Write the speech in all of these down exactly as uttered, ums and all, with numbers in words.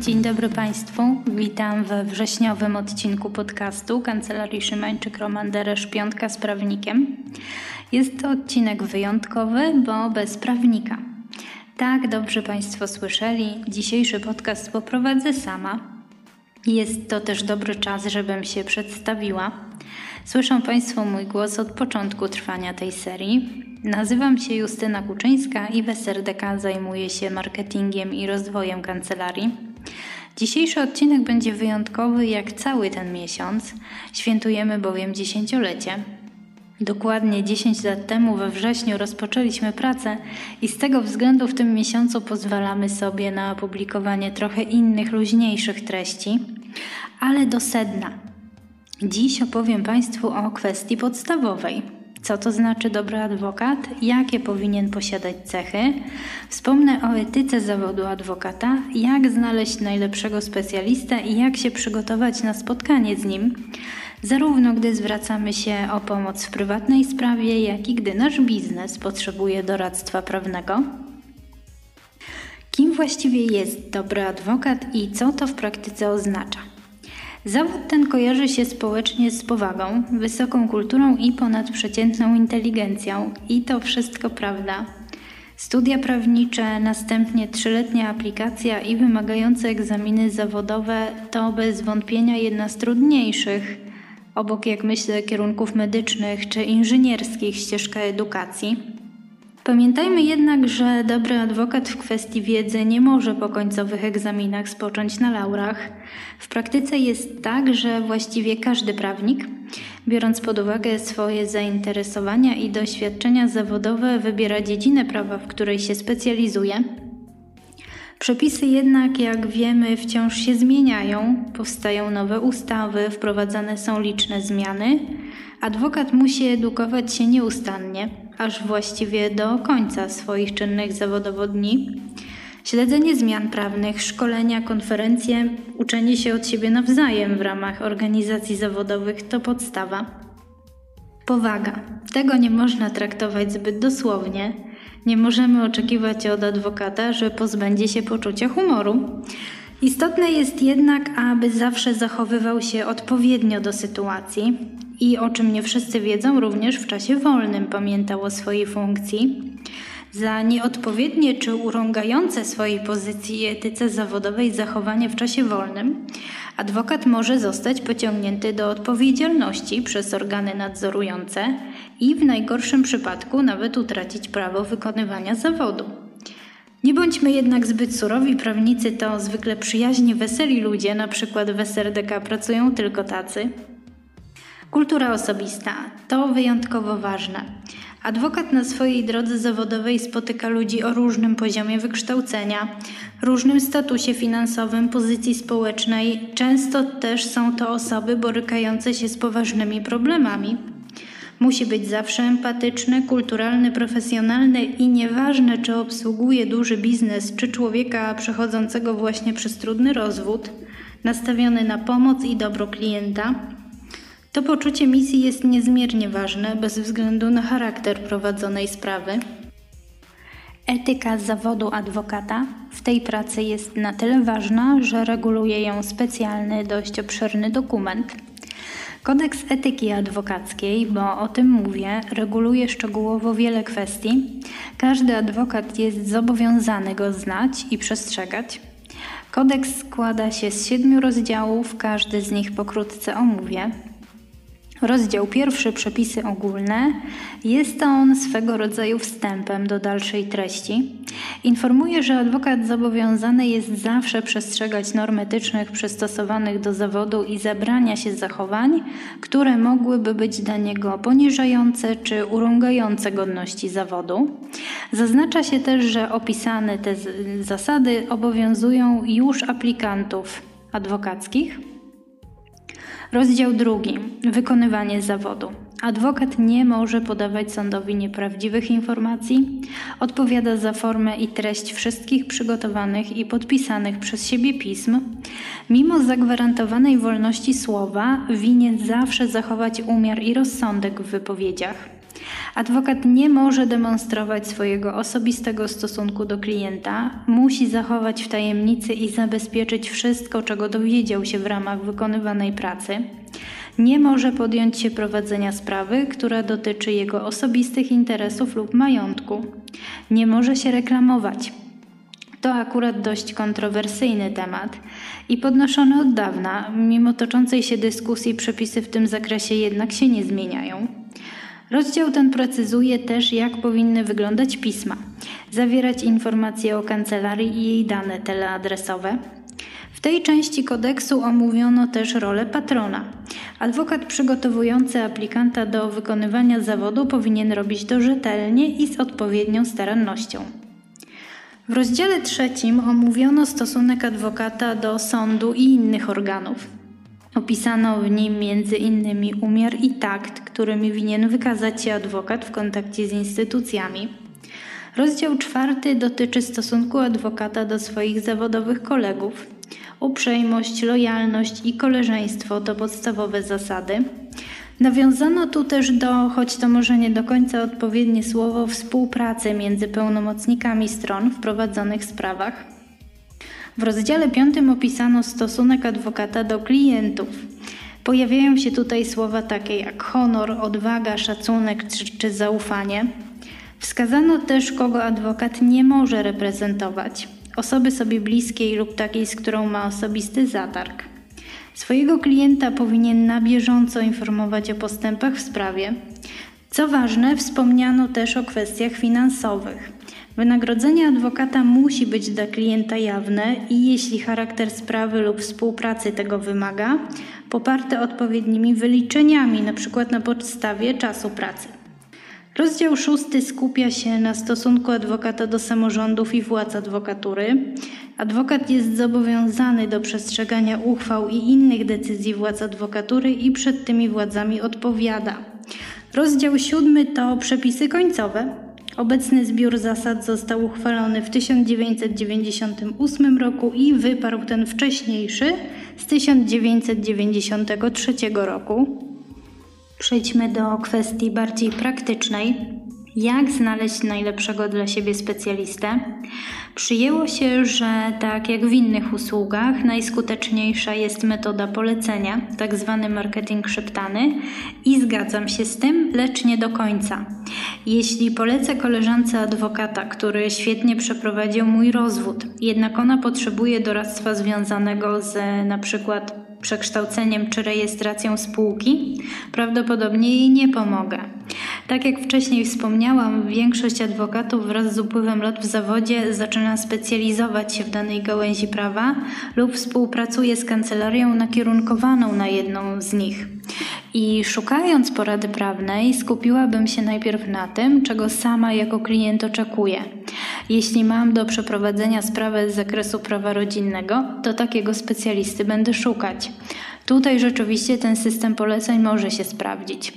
Dzień dobry Państwu, witam we wrześniowym odcinku podcastu Kancelarii Szymańczyk-Roman-Deresz Piątka z prawnikiem. Jest to odcinek wyjątkowy, bo bez prawnika. Tak, dobrze Państwo słyszeli, dzisiejszy podcast poprowadzę sama. Jest to też dobry czas, żebym się przedstawiła. Słyszą Państwo mój głos od początku trwania tej serii. Nazywam się Justyna Kuczyńska i w S R D K zajmuję się marketingiem i rozwojem kancelarii. Dzisiejszy odcinek będzie wyjątkowy jak cały ten miesiąc. Świętujemy bowiem dziesięciolecie. Dokładnie dziesięć lat temu we wrześniu rozpoczęliśmy pracę i z tego względu w tym miesiącu pozwalamy sobie na publikowanie trochę innych, luźniejszych treści, ale do sedna. Dziś opowiem Państwu o kwestii podstawowej. Co to znaczy dobry adwokat? Jakie powinien posiadać cechy? Wspomnę o etyce zawodu adwokata, jak znaleźć najlepszego specjalistę i jak się przygotować na spotkanie z nim, zarówno gdy zwracamy się o pomoc w prywatnej sprawie, jak i gdy nasz biznes potrzebuje doradztwa prawnego. Kim właściwie jest dobry adwokat i co to w praktyce oznacza? Zawód ten kojarzy się społecznie z powagą, wysoką kulturą i ponadprzeciętną inteligencją. I to wszystko prawda. Studia prawnicze, następnie trzyletnia aplikacja i wymagające egzaminy zawodowe to bez wątpienia jedna z trudniejszych, obok jak myślę kierunków medycznych czy inżynierskich, ścieżka edukacji. Pamiętajmy jednak, że dobry adwokat w kwestii wiedzy nie może po końcowych egzaminach spocząć na laurach. W praktyce jest tak, że właściwie każdy prawnik, biorąc pod uwagę swoje zainteresowania i doświadczenia zawodowe, wybiera dziedzinę prawa, w której się specjalizuje. Przepisy jednak, jak wiemy, wciąż się zmieniają, powstają nowe ustawy, wprowadzane są liczne zmiany. Adwokat musi edukować się nieustannie, aż właściwie do końca swoich czynnych zawodowo dni. Śledzenie zmian prawnych, szkolenia, konferencje, uczenie się od siebie nawzajem w ramach organizacji zawodowych to podstawa. Powaga. Tego nie można traktować zbyt dosłownie. Nie możemy oczekiwać od adwokata, że pozbędzie się poczucia humoru. Istotne jest jednak, aby zawsze zachowywał się odpowiednio do sytuacji i, o czym nie wszyscy wiedzą, również w czasie wolnym pamiętał o swojej funkcji. Za nieodpowiednie czy urągające swojej pozycji i etyce zawodowej zachowanie w czasie wolnym adwokat może zostać pociągnięty do odpowiedzialności przez organy nadzorujące i w najgorszym przypadku nawet utracić prawo wykonywania zawodu. Nie bądźmy jednak zbyt surowi, prawnicy to zwykle przyjaźni, weseli ludzie, na przykład w S R D K pracują tylko tacy. Kultura osobista to wyjątkowo ważne. Adwokat na swojej drodze zawodowej spotyka ludzi o różnym poziomie wykształcenia, różnym statusie finansowym, pozycji społecznej. Często też są to osoby borykające się z poważnymi problemami. Musi być zawsze empatyczny, kulturalny, profesjonalny i nieważne, czy obsługuje duży biznes, czy człowieka przechodzącego właśnie przez trudny rozwód, nastawiony na pomoc i dobro klienta. To poczucie misji jest niezmiernie ważne bez względu na charakter prowadzonej sprawy. Etyka zawodu adwokata w tej pracy jest na tyle ważna, że reguluje ją specjalny, dość obszerny dokument. Kodeks etyki adwokackiej, bo o tym mówię, reguluje szczegółowo wiele kwestii. Każdy adwokat jest zobowiązany go znać i przestrzegać. Kodeks składa się z siedmiu rozdziałów, każdy z nich pokrótce omówię. Rozdział pierwszy, przepisy ogólne. Jest on swego rodzaju wstępem do dalszej treści. Informuje, że adwokat zobowiązany jest zawsze przestrzegać norm etycznych przystosowanych do zawodu i zabrania się zachowań, które mogłyby być dla niego poniżające czy urągające godności zawodu. Zaznacza się też, że opisane te zasady obowiązują już aplikantów adwokackich. Rozdział drugi. Wykonywanie zawodu. Adwokat nie może podawać sądowi nieprawdziwych informacji, odpowiada za formę i treść wszystkich przygotowanych i podpisanych przez siebie pism. Mimo zagwarantowanej wolności słowa winien zawsze zachować umiar i rozsądek w wypowiedziach. Adwokat nie może demonstrować swojego osobistego stosunku do klienta, musi zachować w tajemnicy i zabezpieczyć wszystko, czego dowiedział się w ramach wykonywanej pracy. Nie może podjąć się prowadzenia sprawy, która dotyczy jego osobistych interesów lub majątku. Nie może się reklamować. To akurat dość kontrowersyjny temat i podnoszony od dawna, mimo toczącej się dyskusji przepisy w tym zakresie jednak się nie zmieniają. Rozdział ten precyzuje też, jak powinny wyglądać pisma, zawierać informacje o kancelarii i jej dane teleadresowe. W tej części kodeksu omówiono też rolę patrona. Adwokat przygotowujący aplikanta do wykonywania zawodu powinien robić to rzetelnie i z odpowiednią starannością. W rozdziale trzecim omówiono stosunek adwokata do sądu i innych organów. Opisano w nim między innymi umiar i takt, którymi winien wykazać się adwokat w kontakcie z instytucjami. Rozdział czwarty dotyczy stosunku adwokata do swoich zawodowych kolegów. Uprzejmość, lojalność i koleżeństwo to podstawowe zasady. Nawiązano tu też do, choć to może nie do końca odpowiednie słowo, współpracy między pełnomocnikami stron w prowadzonych sprawach. W rozdziale piątym opisano stosunek adwokata do klientów. Pojawiają się tutaj słowa takie jak honor, odwaga, szacunek czy, czy zaufanie. Wskazano też, kogo adwokat nie może reprezentować. Osoby sobie bliskiej lub takiej, z którą ma osobisty zatarg. Swojego klienta powinien na bieżąco informować o postępach w sprawie. Co ważne, wspomniano też o kwestiach finansowych. Wynagrodzenie adwokata musi być dla klienta jawne i jeśli charakter sprawy lub współpracy tego wymaga, poparte odpowiednimi wyliczeniami, np. na podstawie czasu pracy. Rozdział szósty skupia się na stosunku adwokata do samorządów i władz adwokatury. Adwokat jest zobowiązany do przestrzegania uchwał i innych decyzji władz adwokatury i przed tymi władzami odpowiada. Rozdział siódmy to przepisy końcowe. Obecny zbiór zasad został uchwalony w tysiąc dziewięćset dziewięćdziesiątym ósmym roku i wyparł ten wcześniejszy z tysiąc dziewięćset dziewięćdziesiątego trzeciego roku. Przejdźmy do kwestii bardziej praktycznej. Jak znaleźć najlepszego dla siebie specjalistę? Przyjęło się, że tak jak w innych usługach, najskuteczniejsza jest metoda polecenia, tak zwany marketing szeptany i zgadzam się z tym, lecz nie do końca. Jeśli polecę koleżance adwokata, który świetnie przeprowadził mój rozwód, jednak ona potrzebuje doradztwa związanego z na przykład przekształceniem czy rejestracją spółki, prawdopodobnie jej nie pomogę. Tak jak wcześniej wspomniałam, większość adwokatów wraz z upływem lat w zawodzie zaczyna specjalizować się w danej gałęzi prawa lub współpracuje z kancelarią nakierunkowaną na jedną z nich. I szukając porady prawnej, skupiłabym się najpierw na tym, czego sama jako klient oczekuję. Jeśli mam do przeprowadzenia sprawy z zakresu prawa rodzinnego, to takiego specjalisty będę szukać. Tutaj rzeczywiście ten system poleceń może się sprawdzić.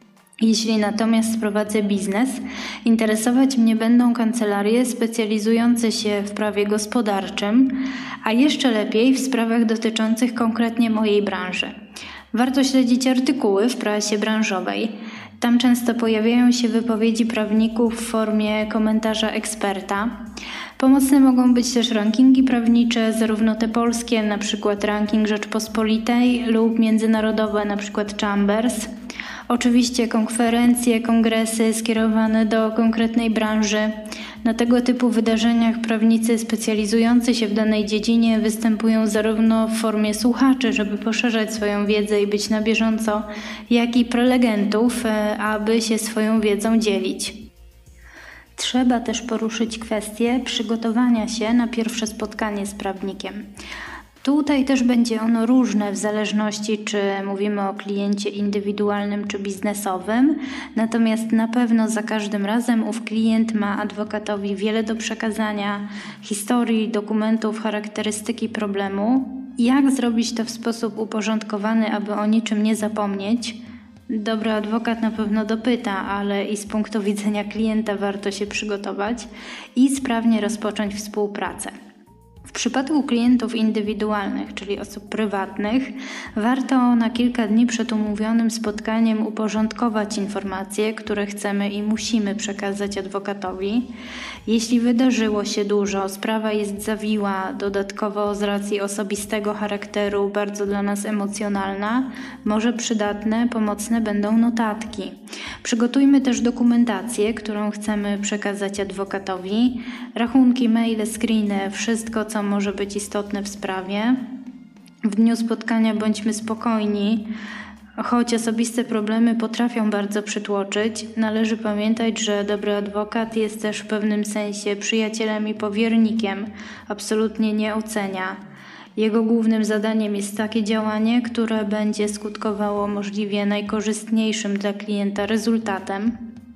Jeśli natomiast prowadzę biznes, interesować mnie będą kancelarie specjalizujące się w prawie gospodarczym, a jeszcze lepiej w sprawach dotyczących konkretnie mojej branży. Warto śledzić artykuły w prasie branżowej. Tam często pojawiają się wypowiedzi prawników w formie komentarza eksperta. Pomocne mogą być też rankingi prawnicze, zarówno te polskie, np. ranking Rzeczpospolitej lub międzynarodowe, np. Chambers. Oczywiście konferencje, kongresy skierowane do konkretnej branży. Na tego typu wydarzeniach prawnicy specjalizujący się w danej dziedzinie występują zarówno w formie słuchaczy, żeby poszerzać swoją wiedzę i być na bieżąco, jak i prelegentów, aby się swoją wiedzą dzielić. Trzeba też poruszyć kwestię przygotowania się na pierwsze spotkanie z prawnikiem. Tutaj też będzie ono różne w zależności, czy mówimy o kliencie indywidualnym czy biznesowym, natomiast na pewno za każdym razem ów klient ma adwokatowi wiele do przekazania, historii, dokumentów, charakterystyki problemu. Jak zrobić to w sposób uporządkowany, aby o niczym nie zapomnieć? Dobry adwokat na pewno dopyta, ale i z punktu widzenia klienta warto się przygotować i sprawnie rozpocząć współpracę. W przypadku klientów indywidualnych, czyli osób prywatnych, warto na kilka dni przed umówionym spotkaniem uporządkować informacje, które chcemy i musimy przekazać adwokatowi. Jeśli wydarzyło się dużo, sprawa jest zawiła, dodatkowo z racji osobistego charakteru, bardzo dla nas emocjonalna, może przydatne, pomocne będą notatki. Przygotujmy też dokumentację, którą chcemy przekazać adwokatowi, rachunki, maile, screeny, wszystko, co może być istotne w sprawie. W dniu spotkania bądźmy spokojni, choć osobiste problemy potrafią bardzo przytłoczyć, należy pamiętać, że dobry adwokat jest też w pewnym sensie przyjacielem i powiernikiem, absolutnie nie ocenia. Jego głównym zadaniem jest takie działanie, które będzie skutkowało możliwie najkorzystniejszym dla klienta rezultatem.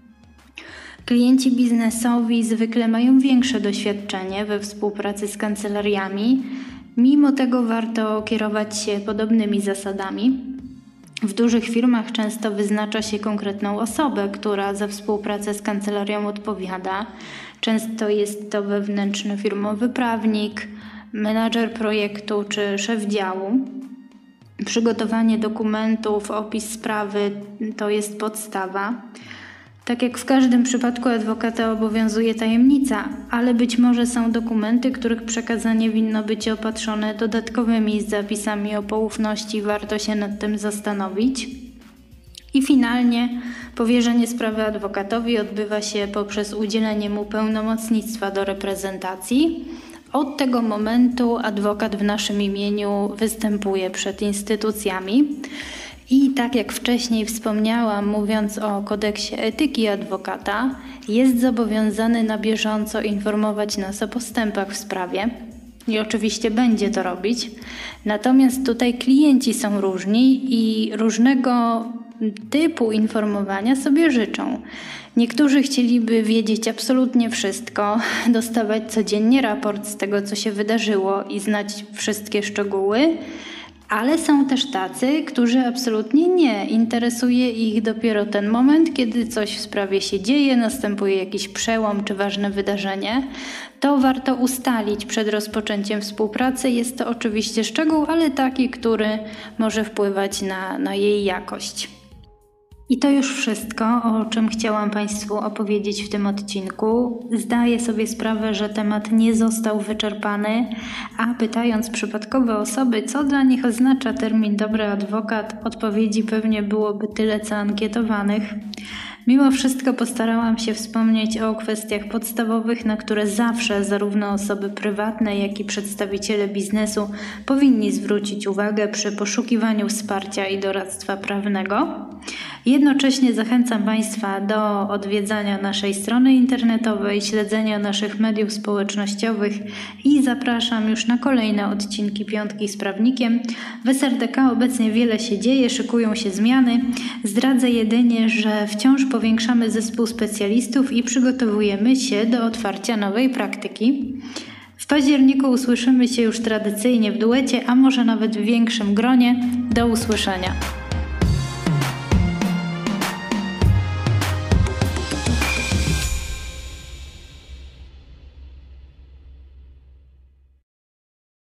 Klienci biznesowi zwykle mają większe doświadczenie we współpracy z kancelariami, mimo tego warto kierować się podobnymi zasadami. W dużych firmach często wyznacza się konkretną osobę, która za współpracę z kancelarią odpowiada. Często jest to wewnętrzny firmowy prawnik, menadżer projektu czy szef działu. Przygotowanie dokumentów, opis sprawy to jest podstawa. Tak jak w każdym przypadku adwokata obowiązuje tajemnica, ale być może są dokumenty, których przekazanie winno być opatrzone dodatkowymi zapisami o poufności, warto się nad tym zastanowić. I finalnie powierzenie sprawy adwokatowi odbywa się poprzez udzielenie mu pełnomocnictwa do reprezentacji. Od tego momentu adwokat w naszym imieniu występuje przed instytucjami. I tak jak wcześniej wspomniałam, mówiąc o kodeksie etyki adwokata, jest zobowiązany na bieżąco informować nas o postępach w sprawie i oczywiście będzie to robić. Natomiast tutaj klienci są różni i różnego typu informowania sobie życzą. Niektórzy chcieliby wiedzieć absolutnie wszystko, dostawać codziennie raport z tego, co się wydarzyło i znać wszystkie szczegóły. Ale są też tacy, którzy absolutnie nie. Interesuje ich dopiero ten moment, kiedy coś w sprawie się dzieje, następuje jakiś przełom czy ważne wydarzenie. To warto ustalić przed rozpoczęciem współpracy. Jest to oczywiście szczegół, ale taki, który może wpływać na, na jej jakość. I to już wszystko, o czym chciałam Państwu opowiedzieć w tym odcinku. Zdaję sobie sprawę, że temat nie został wyczerpany, a pytając przypadkowe osoby, co dla nich oznacza termin dobry adwokat, odpowiedzi pewnie byłoby tyle, co ankietowanych. Mimo wszystko postarałam się wspomnieć o kwestiach podstawowych, na które zawsze zarówno osoby prywatne, jak i przedstawiciele biznesu powinni zwrócić uwagę przy poszukiwaniu wsparcia i doradztwa prawnego. Jednocześnie zachęcam Państwa do odwiedzania naszej strony internetowej, śledzenia naszych mediów społecznościowych i zapraszam już na kolejne odcinki Piątki z Prawnikiem. W S R D K obecnie wiele się dzieje, szykują się zmiany. Zdradzę jedynie, że wciąż powiększamy zespół specjalistów i przygotowujemy się do otwarcia nowej praktyki. W październiku usłyszymy się już tradycyjnie w duecie, a może nawet w większym gronie. Do usłyszenia.